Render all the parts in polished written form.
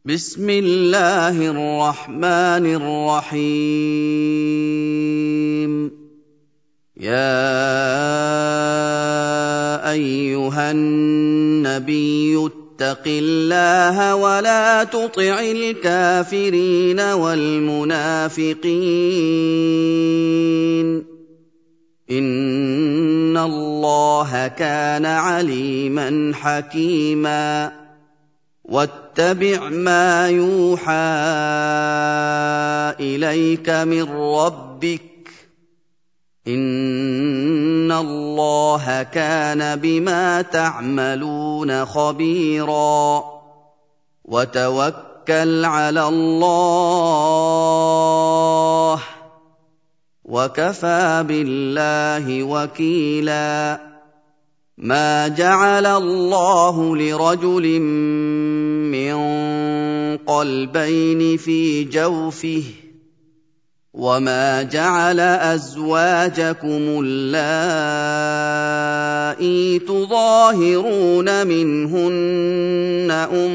بسم الله الرحمن الرحيم. يا أيها النبي اتق الله ولا تطع الكافرين والمنافقين إن الله كان عليما حكيما. واتبع ما يوحى إليك من ربك إن الله كان بما تعملون خبيرا. وتوكل على الله وكفى بالله وكيلا. ما جعل الله لرجل من قلبين في جوفه وما جعل أزواجكم اللائي تظاهرون منهن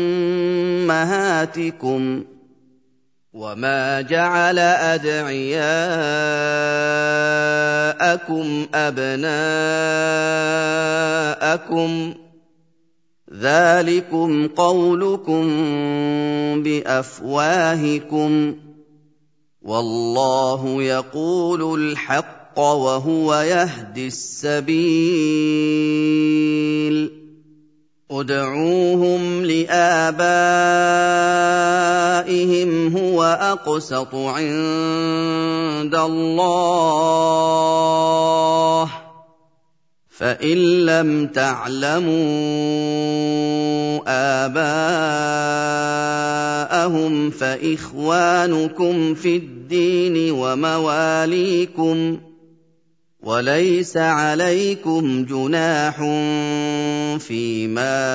أمهاتكم وما جعل أدعياءكم أبناءكم ذلكم قولكم بأفواهكم والله يقول الحق وهو يهدي السبيل. ادعوهم لآبائهم هو أقسط عند الله فإن لم تعلموا آباءهم فإخوانكم في الدين ومواليكم وليس عليكم جناح فيما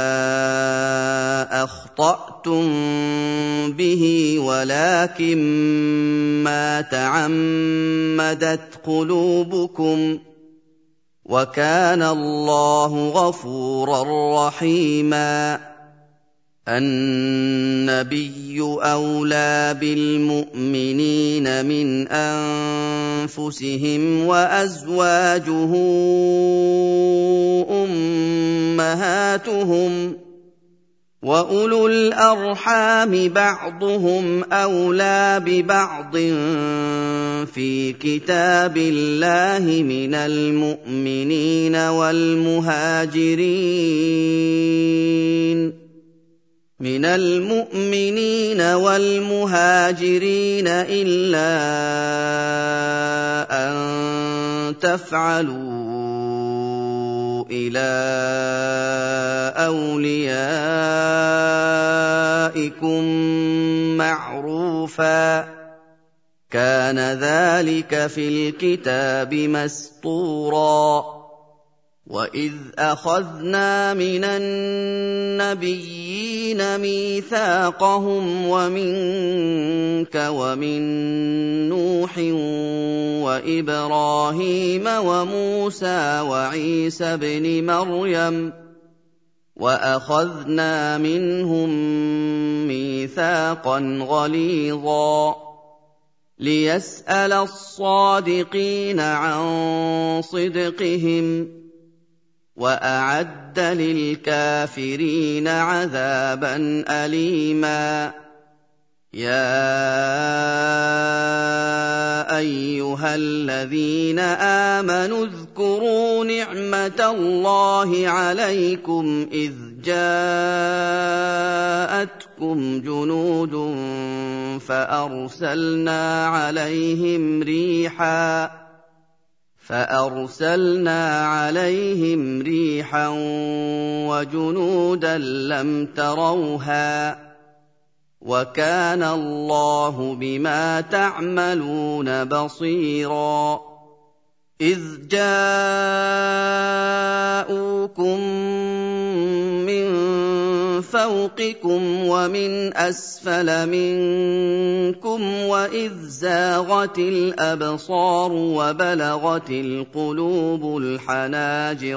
أخطأتم به ولكن ما تعمدت قلوبكم وكان الله غفورا رحيما. النبي أولى بالمؤمنين من أنفسهم وأزواجه أمهاتهم وأولو الأرحام بعضهم أولى ببعض في كتاب الله من المؤمنين والمهاجرين إلا أن تفعلوا إلى أوليائكم معروفا كان ذلك في الكتاب مسطورا. وإذ أخذنا من النبيين ميثاقهم ومنك ومن نوح وإبراهيم وموسى وعيسى ابن مريم وأخذنا منهم ميثاقا غليظا ليسأل الصادقين عن صدقهم وأعد للكافرين عذابا أليما. يا أيها الذين آمنوا اذكروا نعمة الله عليكم إذ جاءتكم جنود فأرسلنا عليهم ريحا وجنودا لم تروها وكان الله بما تعملون بصيرا. إذ جاءوكم من فوقكم ومن أسفل منكم وإذ زاغت الأبصار وبلغت القلوب الحناجر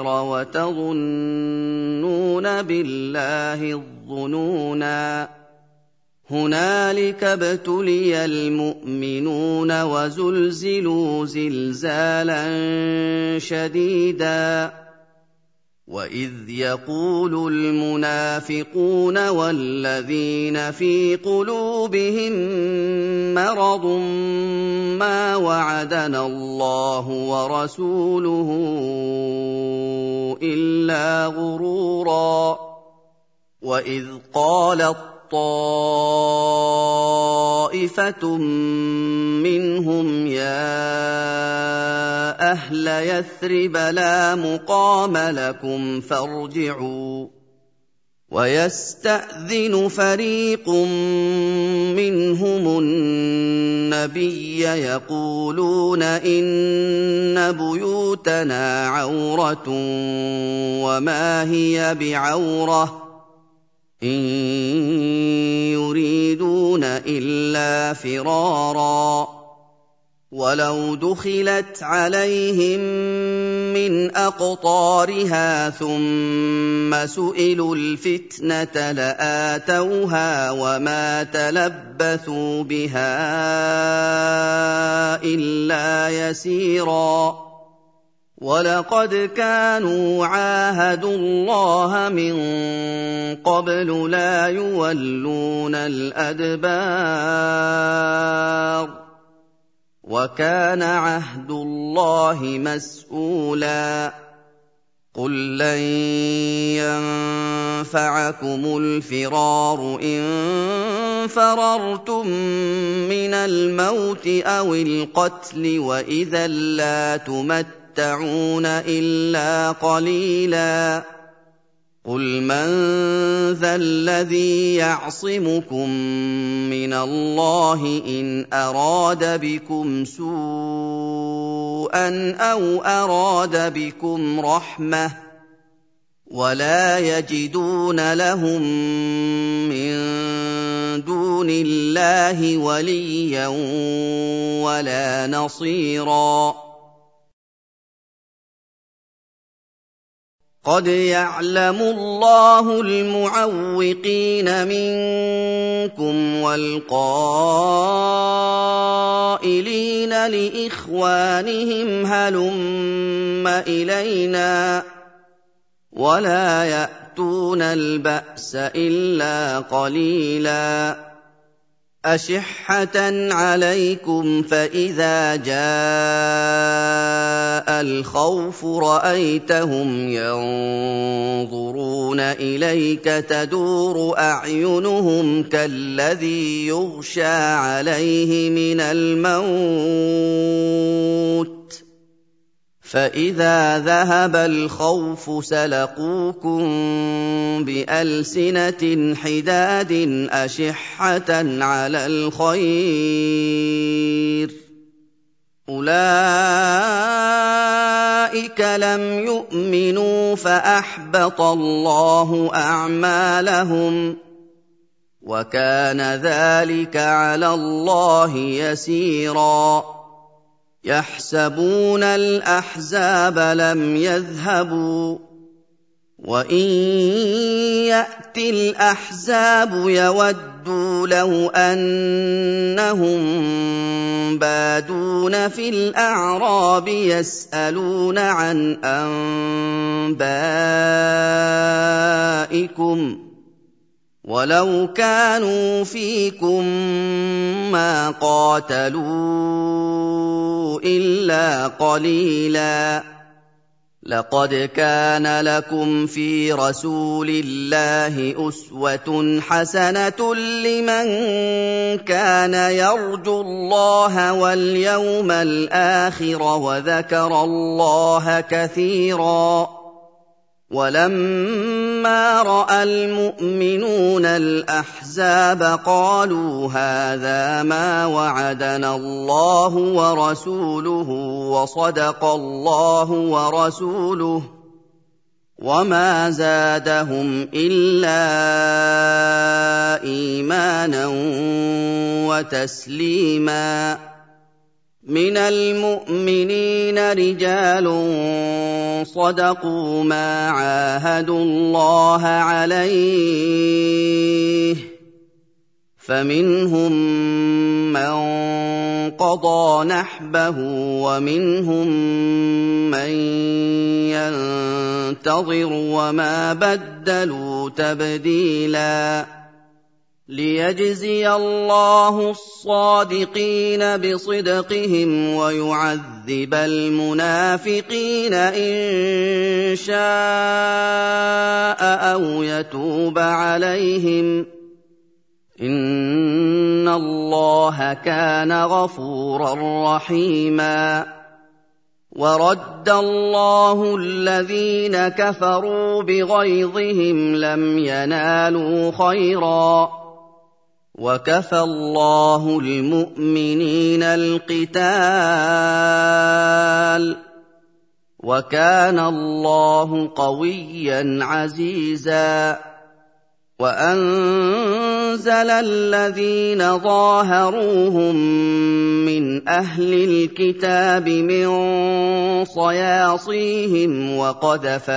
وتظنون بالله الظنونا هُنَالِكَ ابْتُلِيَ الْمُؤْمِنُونَ وَزُلْزِلُوا زِلْزَالًا شَدِيدًا وَإِذْ يَقُولُ الْمُنَافِقُونَ وَالَّذِينَ فِي قُلُوبِهِم مَّرَضٌ مَّا وَعَدَنَا اللَّهُ وَرَسُولُهُ إِلَّا غُرُورًا وَإِذْ قَالَت طَّائِفَةٌ مِّنْهُمْ يَا أَهْلَ يَثْرِبَ لَا مُقَامَ لَكُمْ فَارْجِعُوا وَيَسْتَأْذِنُ فَرِيقٌ مِّنْهُمُ النَّبِيَّ يَقُولُونَ إِنَّ بُيُوتَنَا عَوْرَةٌ وَمَا هِيَ بِعَوْرَةٍ إِن يُرِيدُونَ إِلَّا فِرَارًا وَلَوْ دُخِلَتْ عَلَيْهِم مِّنْ أَقْطَارِهَا ثُمَّ سُئِلُوا الْفِتْنَةَ لَآتَوْهَا وَمَا تَلَبَّثُوا بِهَا إِلَّا يَسِيرًا وَلَقَدْ كَانُوا عَاهَدُوا اللَّهَ مِن قَبْلُ لَا يُوَلُّونَ الْأَدْبَارَ وَكَانَ عَهْدُ اللَّهِ مَسْئُولًا قُل لَّن يَنفَعَكُمُ الْفِرَارُ إِن فَرَرْتُم مِّنَ الْمَوْتِ أَوِ الْقَتْلِ وَإِذًا لَّا تُمَتَّعُونَ إِلَّا قَلِيلًا قُلْ مَن ذَا الَّذِي يَعْصِمُكُم مِّنَ اللَّهِ إِنْ أَرَادَ بِكُمْ سُوءًا أَوْ أَرَادَ بِكُمْ رَحْمَةً وَلَا يَجِدُونَ لَهُم مِّن دُونِ اللَّهِ وَلِيًّا وَلَا نَصِيرًا قَدْ يَعْلَمُ اللَّهُ الْمُعَوِّقِينَ مِنكُمْ وَالْقَائِلِينَ لِإِخْوَانِهِمْ هَلُمَّ إِلَيْنَا وَلَا يَأْتُونَ الْبَأْسَ إِلَّا قَلِيلًا أَشِحَّةً عَلَيْكُمْ فَإِذَا جَاءَ الْخَوْفُ رَأَيْتَهُمْ يَنظُرُونَ إِلَيْكَ تَدُورُ أَعْيُنُهُمْ كَالَّذِي يُغْشَىٰ عَلَيْهِ مِنَ الْمَوْتِ فَإِذَا ذَهَبَ الْخَوْفُ سَلَقُوكُم بِأَلْسِنَةٍ حِدَادٍ أَشِحَّةً عَلَى الْخَيْرِ أُولَٰئِكَ لَمْ يُؤْمِنُوا فَأَحْبَطَ اللَّهُ أَعْمَالَهُمْ وَكَانَ ذَٰلِكَ عَلَى اللَّهِ يَسِيرًا يَحْسَبُونَ الْأَحْزَابَ لَمْ يَذْهَبُوا وَإِن يَأْتِ الْأَحْزَابُ يَوَدُّوا لَوْ أَنَّهُم بَادُونَ فِي الْأَعْرَابِ يَسْأَلُونَ عَنْ أَنبَائِكُمْ وَلَوْ كَانُوا فِيكُم مَّا قَاتَلُوا إِلَّا قَلِيلًا لَقَدْ كَانَ لَكُمْ فِي رَسُولِ اللَّهِ أُسْوَةٌ حَسَنَةٌ لِّمَن كَانَ يَرْجُو اللَّهَ وَالْيَوْمَ الْآخِرَ وَذَكَرَ اللَّهَ كَثِيرًا وَلَمَّا رَأَى الْمُؤْمِنُونَ الْأَحْزَابَ قَالُوا هَٰذَا مَا وَعَدَنَا اللَّهُ وَرَسُولُهُ وَصَدَقَ اللَّهُ وَرَسُولُهُ وَمَا زَادَهُمْ إِلَّا إِيمَانًا وَتَسْلِيمًا مِنَ الْمُؤْمِنِينَ رِجَالٌ صَدَقُوا مَا عَاهَدُوا اللَّهَ عَلَيْهِ فمنهم من قضى نحبه ومنهم من ينتظر وما بدلوا تبديلا ليجزي الله الصادقين بصدقهم ويعذب المنافقين إن شاء أو يتوب عليهم إن الله كان غفورا رحيما ورد الله الذين كفروا بغيظهم لم ينالوا خيرا وكفى الله المؤمنين القتال وكان الله قويا عزيزا وأنزل الذين ظاهروهم من أهل الكتاب من صياصيهم وقذف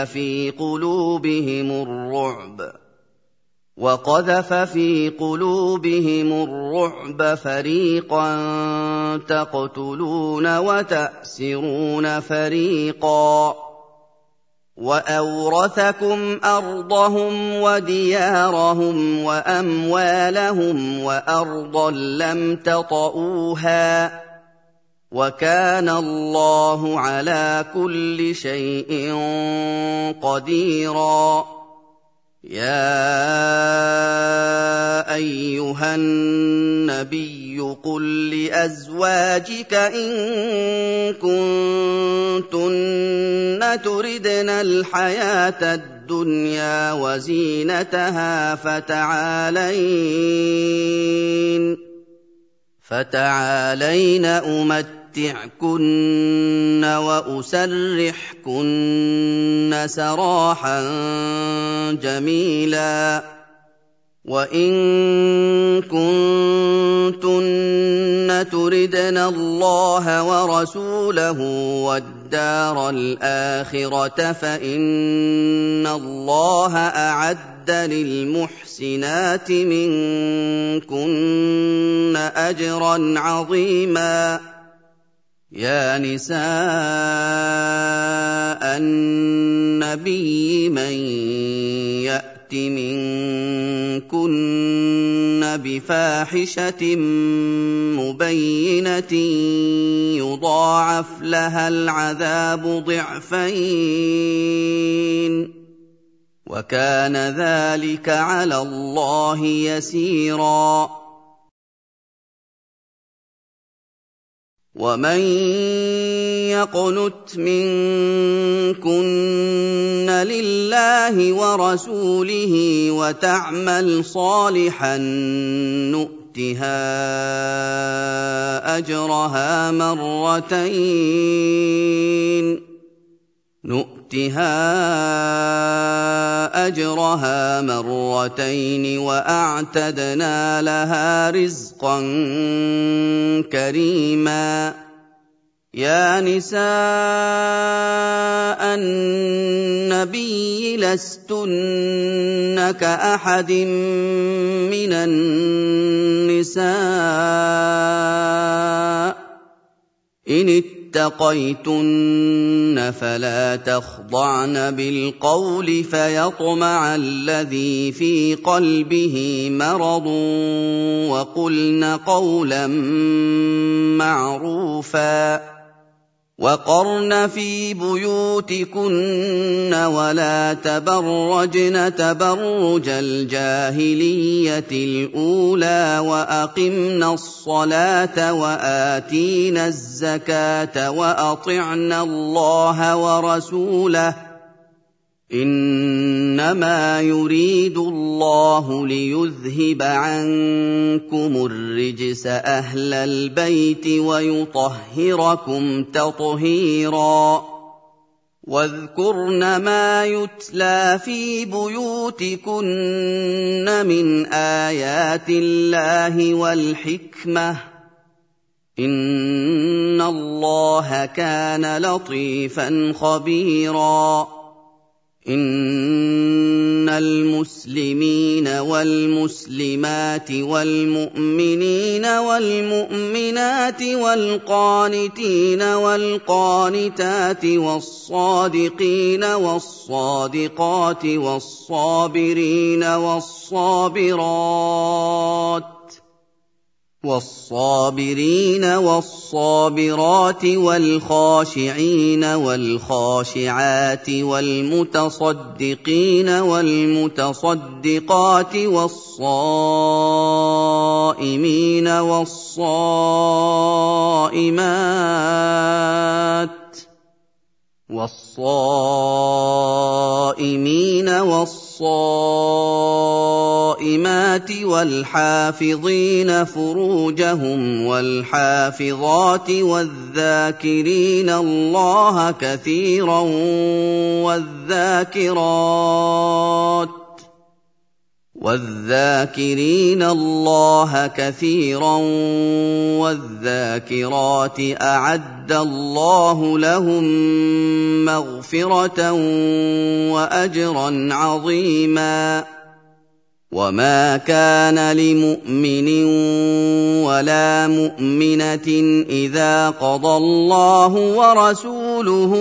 في قلوبهم الرعب فريقا تقتلون وتأسرون فريقا وأورثكم أرضهم وديارهم وأموالهم وأرضا لم تطئوها وكان الله على كل شيء قديرا يا أيها النبي قل لأزواجك إن كنتن تردن الحياة الدنيا وزينتها فتعالين أمتعكن وأسرحكن سراحا جميلا وإن كنتن تردن الله ورسوله والدار الآخرة فإن الله أعد للمحسنات منكن أجرا عظيما يا نساء النبي من يأت منكن بفاحشة مبينة يضاعف لها العذاب ضعفين وكان ذلك على الله يسيرا ومن يقنت منكن لله ورسوله وتعمل صالحا نؤتها أجرها مرتين وأعتدنا لها رزقا كريما يا نساء النبي لستن كأحد من النساء إن اتقيتن فلا تخضعن بالقول فيطمع الذي في قلبه مرض وقلن قولا معروفا وقرن في بيوتكن ولا تبرجن تبرج الجاهلية الأولى وأقمنا الصلاة وآتينا الزكاة وأطعنا الله ورسوله إنما يريد الله ليذهب عنكم الرجس أهل البيت ويطهركم تطهيرا واذكرن ما يتلى في بيوتكن من آيات الله والحكمة إن الله كان لطيفا خبيرا إن المسلمين والمسلمات والمؤمنين والمؤمنات والقانتين والقانتات والصادقين والصادقات والصابرين والصابرات والخاشعين والخاشعات والمتصدقين والمتصدقات والصائمين والصائمات والحافظين فروجهم والحافظات والذاكرين الله كثيرا والذاكرات أعد الله لهم مغفرة وأجرا عظيما وما كان لمؤمن ولا مؤمنة إذا قضى الله ورسوله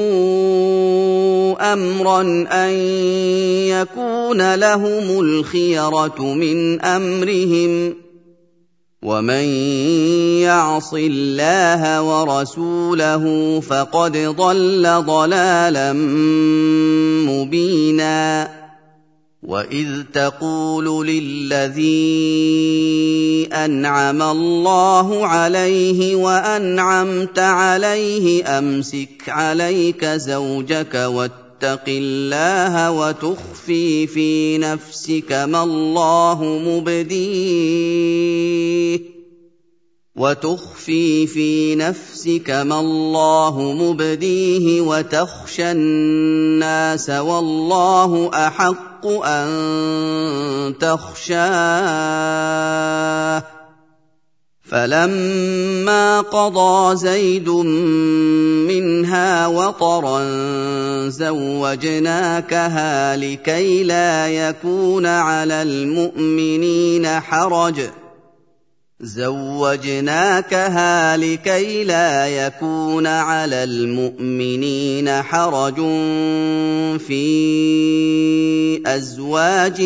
أمرا أن يكون لهم الخيرة من أمرهم ومن يعص الله ورسوله فقد ضل ضلالا مبينا وإذ تقول للذي أنعم الله عليه وأنعمت عليه أمسك عليك زوجك واتق الله وتخفي في نفسك ما الله مبديه وتخشى الناس والله أحق أن تخشاه فلما قضى زيد منها وطرا زوجناكها لكي لا يكون على المؤمنين حرج في أزواج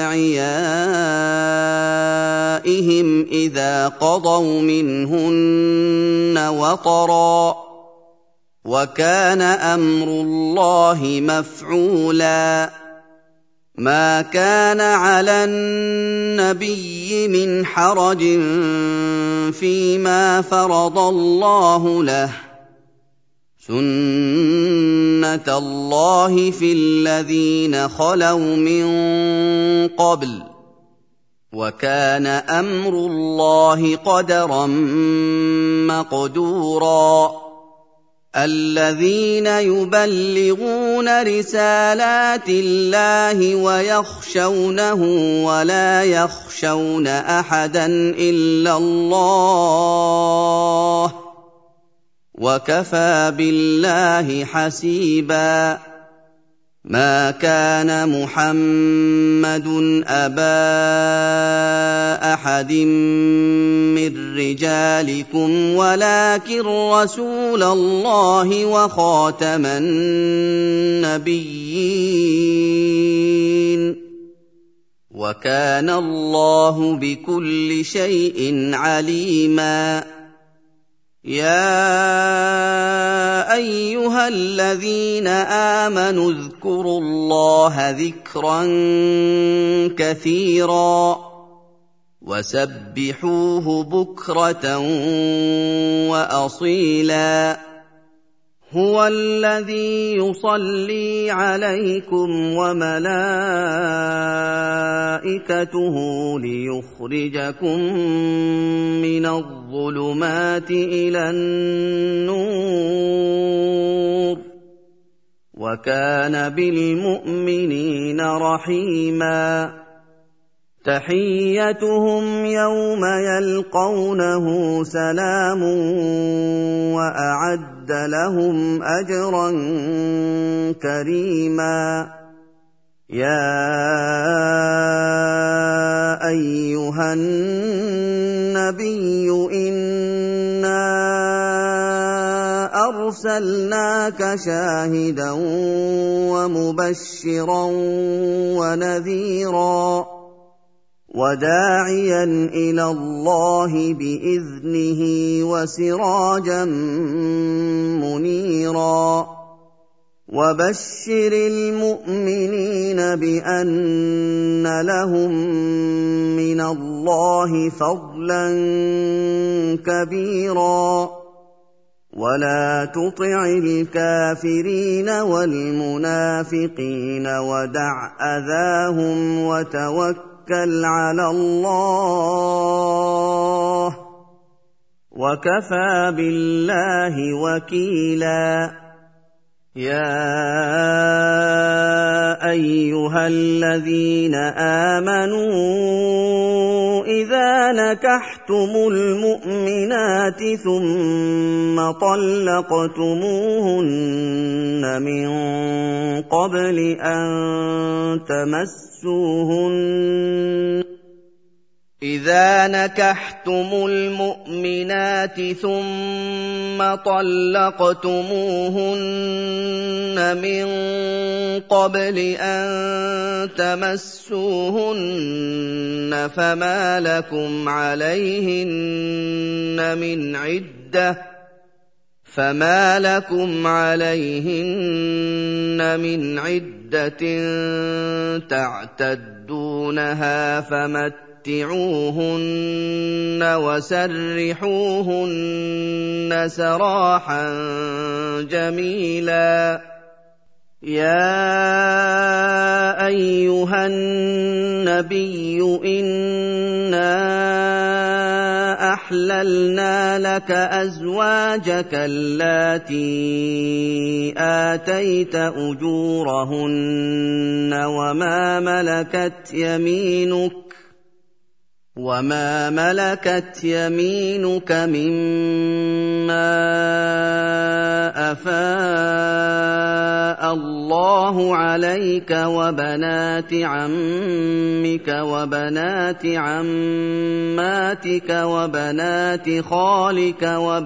أدعيائهم إذا قضوا منهن وطرا وكان أمر الله مفعولا ما كان على النبي من حرج فيما فرض الله له سنة الله في الذين خلوا من قبل وكان أمر الله قدرا مقدورا الذين يبلغون رسالات الله ويخشونه ولا يخشون أحدا إلا الله وكفى بالله حسيبا ما كان محمد أبا أحد من رجالكم ولكن رسول الله وخاتم النبيين وكان الله بكل شيء عليما يا أيها الذين آمنوا اذكروا الله ذكرا كثيرا وسبحوه بكرة وأصيلا هو الذي يصلي عليكم وملائكته ليخرجكم من الظلمات إلى النور وكان بالمؤمنين رحيما تحيتهم يوم يلقونه سلام وأعد لهم أجرا كريما يَا أَيُّهَا النَّبِيُّ إِنَّا أَرْسَلْنَاكَ شَاهِدًا وَمُبَشِّرًا وَنَذِيرًا وَدَاعِيًا إِلَى اللَّهِ بِإِذْنِهِ وَسِرَاجًا مُّنِيرًا وَبَشِّرِ الْمُؤْمِنِينَ بِأَنَّ لَهُم مِّنَ اللَّهِ فَضْلًا كَبِيرًا وَلَا تُطِعِ الْكَافِرِينَ وَالْمُنَافِقِينَ وَدَعْ أَذَاهُمْ وَتَوَكَّلْ عَلَى اللَّهِ وَكَفَىٰ بِاللَّهِ وَكِيلًا يَا أَيُّهَا الَّذِينَ آمَنُوا إِذَا نَكَحْتُمُ الْمُؤْمِنَاتِ ثُمَّ طَلَّقْتُمُوهُنَّ مِن قَبْلِ أَن تَمَسُّوهُنَّ إِذَا نَكَحْتُمُ الْمُؤْمِنَاتِ ثُمَّ طَلَّقْتُمُوهُنَّ مِن قَبْلِ أَن تَمَسُّوهُنَّ فَمَا لَكُمْ عَلَيْهِنَّ مِنْ عِدَّةٍ تَعْتَدُّونَهَا فَمَتِّعُوهُنَّ وَسَرِّحُوهُنَّ سَرَاحًا جَمِيلًا يَا أَيُّهَا النَّبِيُّ إِنَّا أَحْلَلْنَا لَكَ أَزْوَاجَكَ اللَّاتِي آتَيْتَ أُجُورَهُنَّ وَمَا مَلَكَتْ يَمِينُكَ مِمَّا أَفَاءَ اللَّهُ عَلَيْكَ وَبَنَاتِ عَمِّكَ وَبَنَاتِ عَمَّاتِكَ وَبَنَاتِ خَالِكَ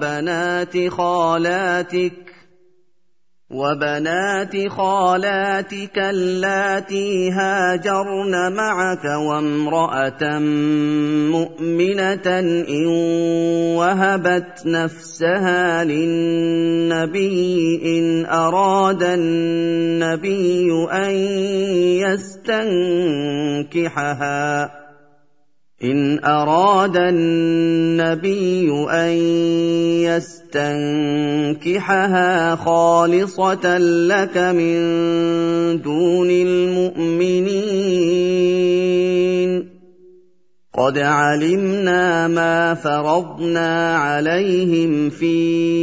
وَبَنَاتِ خَالَاتِكَ اللَّاتِي هَاجَرْنَ مَعَكَ وَامْرَأَةً مُّؤْمِنَةً إِن وَهَبَتْ نَفْسَهَا لِلنَّبِيِّ إِنْ أَرَادَ النَّبِيُّ أَن يَسْتَنكِحَهَا خَالِصَةً لَّكَ مِن دُونِ الْمُؤْمِنِينَ قَدْ عَلِمْنَا مَا فَرَضْنَا عَلَيْهِمْ فِي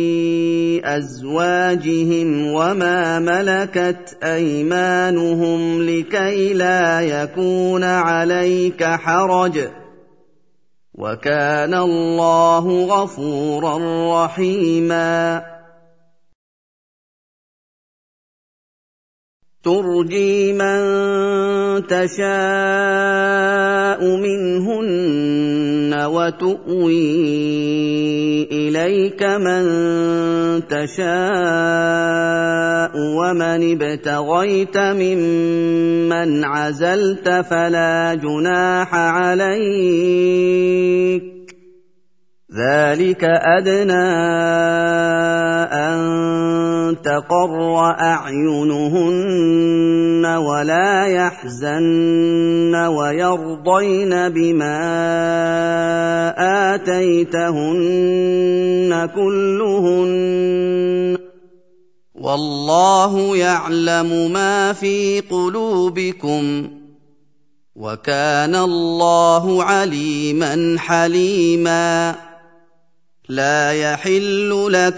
أَزْوَاجِهِمْ وَمَا مَلَكَتْ أَيْمَانُهُمْ لِكَيْ لَا يَكُونَ عَلَيْكَ حَرَجٌ ۗ وَكَانَ اللَّهُ غَفُورًا رَّحِيمًا تُرْجِي مَن تَشَاءُ مِنْهُنَّ وَتُؤْوِي إِلَيْكَ مَن تَشَاءُ وَمَنِ ابْتَغَيْتَ مِمَّنْ عَزَلْتَ فَلَا جُنَاحَ عَلَيْكَ ۚ ذَلِكَ أَدْنَىٰ أَن تَقَرَّ أَعْيُنُهُنَّ وَلَا يَحْزَنَّ وَيَرْضَيْنَ بِمَا آتَيْتَهُنَّ كُلُّهُنَّ ۚ وَاللَّهُ يَعْلَمُ مَا فِي قُلُوبِكُمْ ۚ وَكَانَ اللَّهُ عَلِيمًا حَلِيمًا لَا يَحِلُّ لَكَ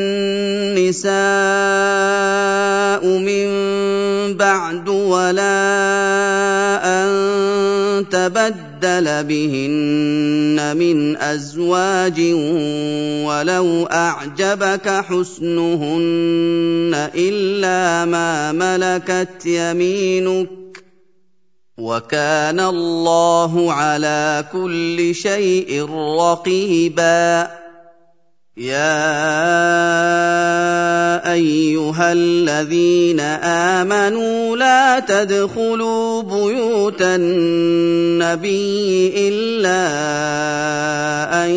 النِّسَاءُ مِن بَعْدُ وَلَا أَن تَبَدَّلَ بِهِنَّ مِنْ أَزْوَاجٍ وَلَوْ أَعْجَبَكَ حُسْنُهُنَّ إِلَّا مَا مَلَكَتْ يَمِينُكَ وَكَانَ اللَّهُ عَلَىٰ كُلِّ شَيْءٍ رَّقِيبًا يَا أَيُّهَا الَّذِينَ آمَنُوا لَا تَدْخُلُوا بُيُوتَ النَّبِيِّ إِلَّا أَن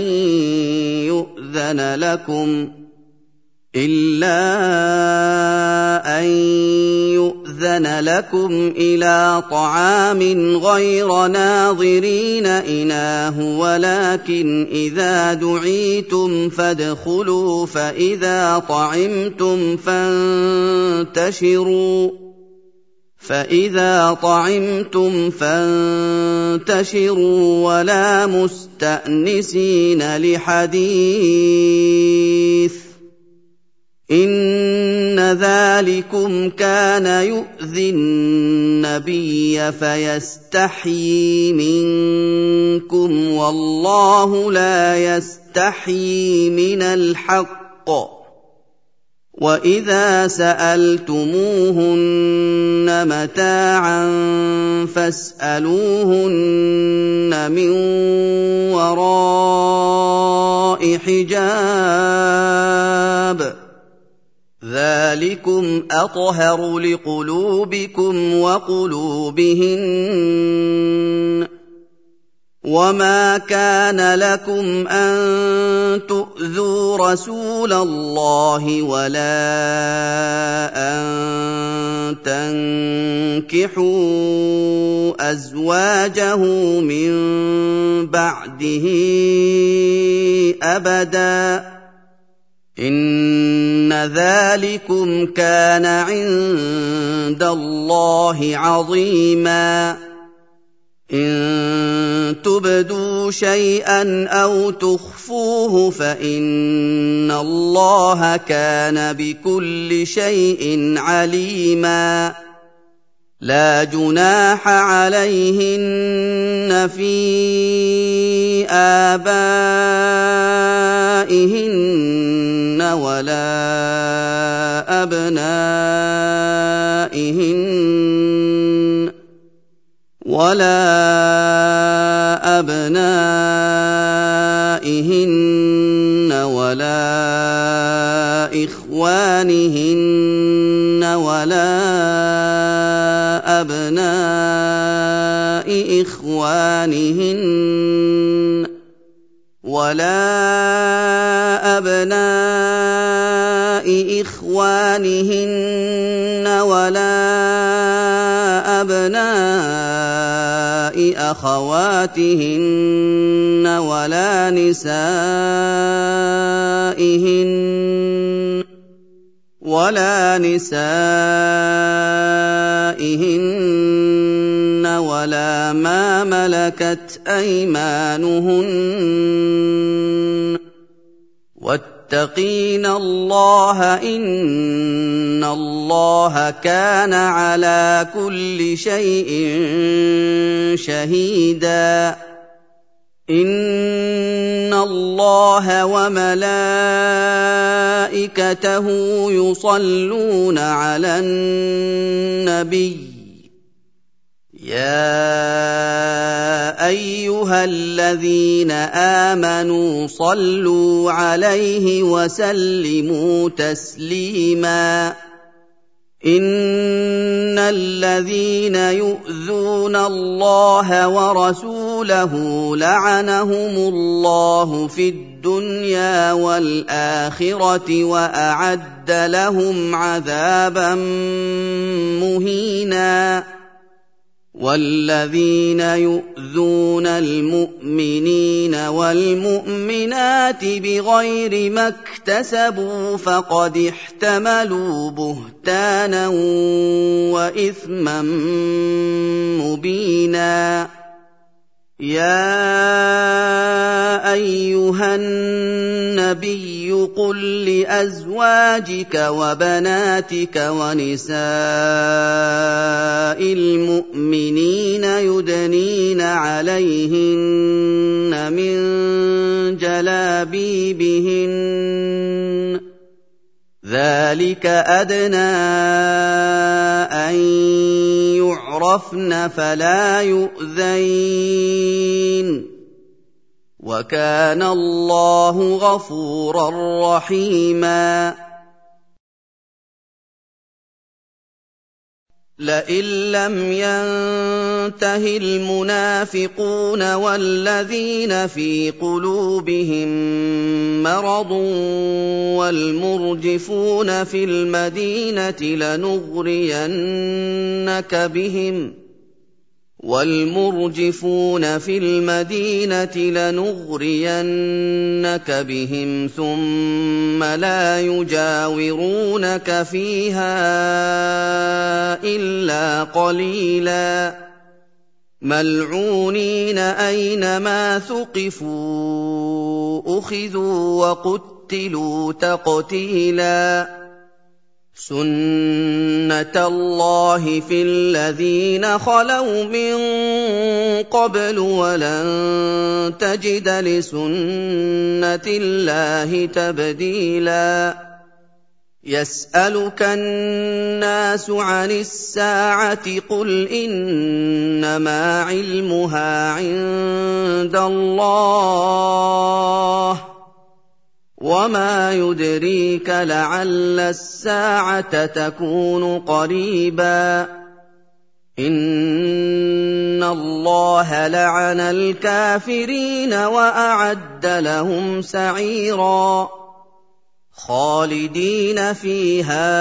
يُؤْذَنَ لَكُمْ إِلَىٰ طَعَامٍ غَيْرَ نَاظِرِينَ إِنَاهُ وَلَٰكِنْ إِذَا دُعِيتُمْ فَادْخُلُوا فَإِذَا طَعِمْتُمْ فَانتَشِرُوا وَلَا مُسْتَأْنِسِينَ لِحَدِيثٍ ۚ إِنَّ ذَٰلِكُمْ كَانَ يُؤْذِي النَّبِيَّ فَيَسْتَحْيِي مِنكُمْ وَاللَّهُ لَا يَسْتَحْيِي مِنَ الْحَقِّ ۚ وَإِذَا سَأَلْتُمُوهُنَّ مَتَاعًا فَاسْأَلُوهُنَّ مِن وَرَاءِ حِجَابٍ ۚ ذَٰلِكُمْ أَطْهَرُ لِقُلُوبِكُمْ وَقُلُوبِهِنَّ ۚ وَمَا كَانَ لَكُمْ أَن تُؤْذُوا رَسُولَ اللَّهِ وَلَا أَن تَنكِحُوا أَزْوَاجَهُ مِن بَعْدِهِ أَبَدًا ۚ إِنَّ ذَٰلِكُمْ كَانَ عِندَ اللَّهِ عَظِيمًا إِن تُبْدُوا شَيْئًا أَوْ تُخْفُوهُ فَإِنَّ اللَّهَ كَانَ بِكُلِّ شَيْءٍ عَلِيمًا لَا جُنَاحَ عَلَيْهِنَّ فِي آبَائِهِنَّ وَلَا أَبْنَائِهِنَّ وَلَا إِخْوَانِهِنَّ وَلَا أَبْنَاءِ إِخْوَانِهِنَّ وَلَا أَبْنَاءِ أَخَوَاتِهِنَّ وَلَا نِسَائِهِنَّ وَلَا مَا مَلَكَتْ أَيْمَانُهُنَّ ۗ وَاتَّقِينَ اللَّهَ ۚ إِنَّ اللَّهَ كَانَ عَلَىٰ كُلِّ شَيْءٍ شَهِيدًا إِنَّ اللَّهَ وَمَلَائِكَتَهُ يُصَلُّونَ عَلَى النَّبِيِّ يَا أَيُّهَا الَّذِينَ آمَنُوا صَلُّوا عَلَيْهِ وَسَلِّمُوا تَسْلِيمًا إِنَّ الَّذِينَ يُؤْذُونَ اللَّهَ وَرَسُولَهُ لَعَنَهُمُ اللَّهُ فِي الدُّنْيَا وَالْآخِرَةِ وَأَعَدَّ لَهُمْ عَذَابًا مُّهِينًا وَالَّذِينَ يُؤْذُونَ الْمُؤْمِنِينَ وَالْمُؤْمِنَاتِ بِغَيْرِ مَا اكْتَسَبُوا فَقَدِ احْتَمَلُوا بُهْتَانًا وَإِثْمًا مُّبِينًا يَا أَيُّهَا النَّبِيُّ قُل لِّأَزْوَاجِكَ وَبَنَاتِكَ وَنِسَاءِ الْمُؤْمِنِينَ يُدْنِينَ عَلَيْهِنَّ مِن جَلَابِيبِهِنَّ ۚ ذلك أدنى أن يعرفن فلا يؤذين وكان الله غفورا رحيما لئن لم ينته المنافقون والذين في قلوبهم مرض والمرجفون في المدينة لنغرينك بهم ثم لا يجاورونك فيها إلا قليلا ملعونين أينما ثقفوا أخذوا وقتلوا تقتيلا سنة الله في الذين خلوا من قبل ولن تجد لسنة الله تبديلا يسألك الناس عن الساعة قل إنما علمها عند الله وما يدريك لعل الساعة تكون قريبا إن الله لعن الكافرين وأعد لهم سعيرا خالدين فيها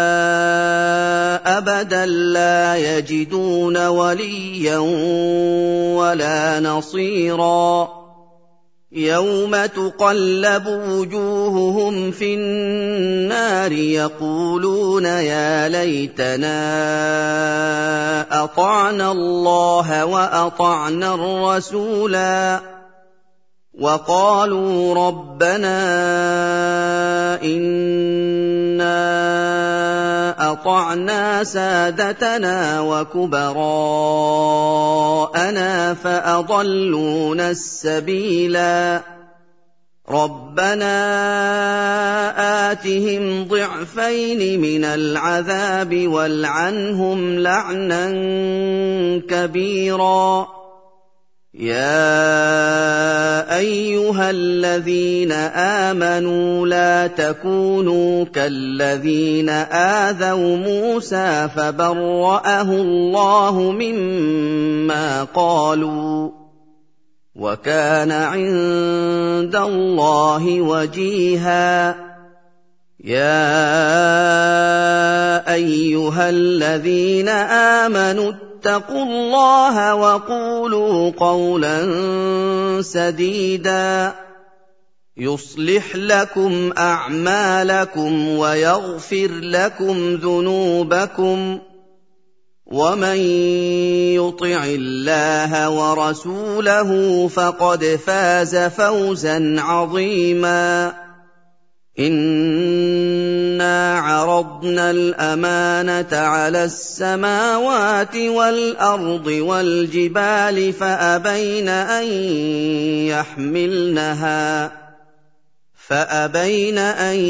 أبدا لا يجدون وليا ولا نصيرا يوم تقلب وجوههم في النار يقولون يا ليتنا أطعنا الله وأطعنا الرسولا وقالوا ربنا إنا أطعنا سادتنا وكبراءنا فأضلونا السبيلا ربنا آتهم ضعفين من العذاب والعنهم لعنا كبيرا يا أيها الذين آمنوا لا تكونوا كالذين آذوا موسى فبرأه الله مما قالوا وكان عند الله وجيها يا أيها الذين آمنوا اتقوا الله وقولوا قولا سديدا يصلح لكم أعمالكم ويغفر لكم ذنوبكم ومن يطع الله ورسوله فقد فاز فوزا عظيما إنا عرضنا الأمانة على السماوات والأرض والجبال فأبين أن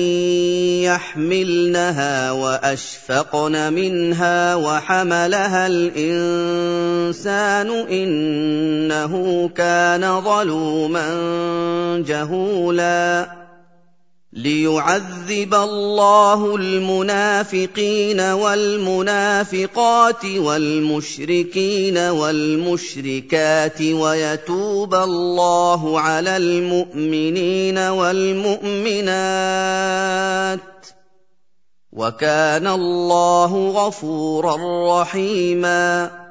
يحملنها وأشفقن منها وحملها الإنسان إنه كان ظلوما جهولا ليعذب الله المنافقين والمنافقات والمشركين والمشركات ويتوب الله على المؤمنين والمؤمنات وكان الله غفورا رحيما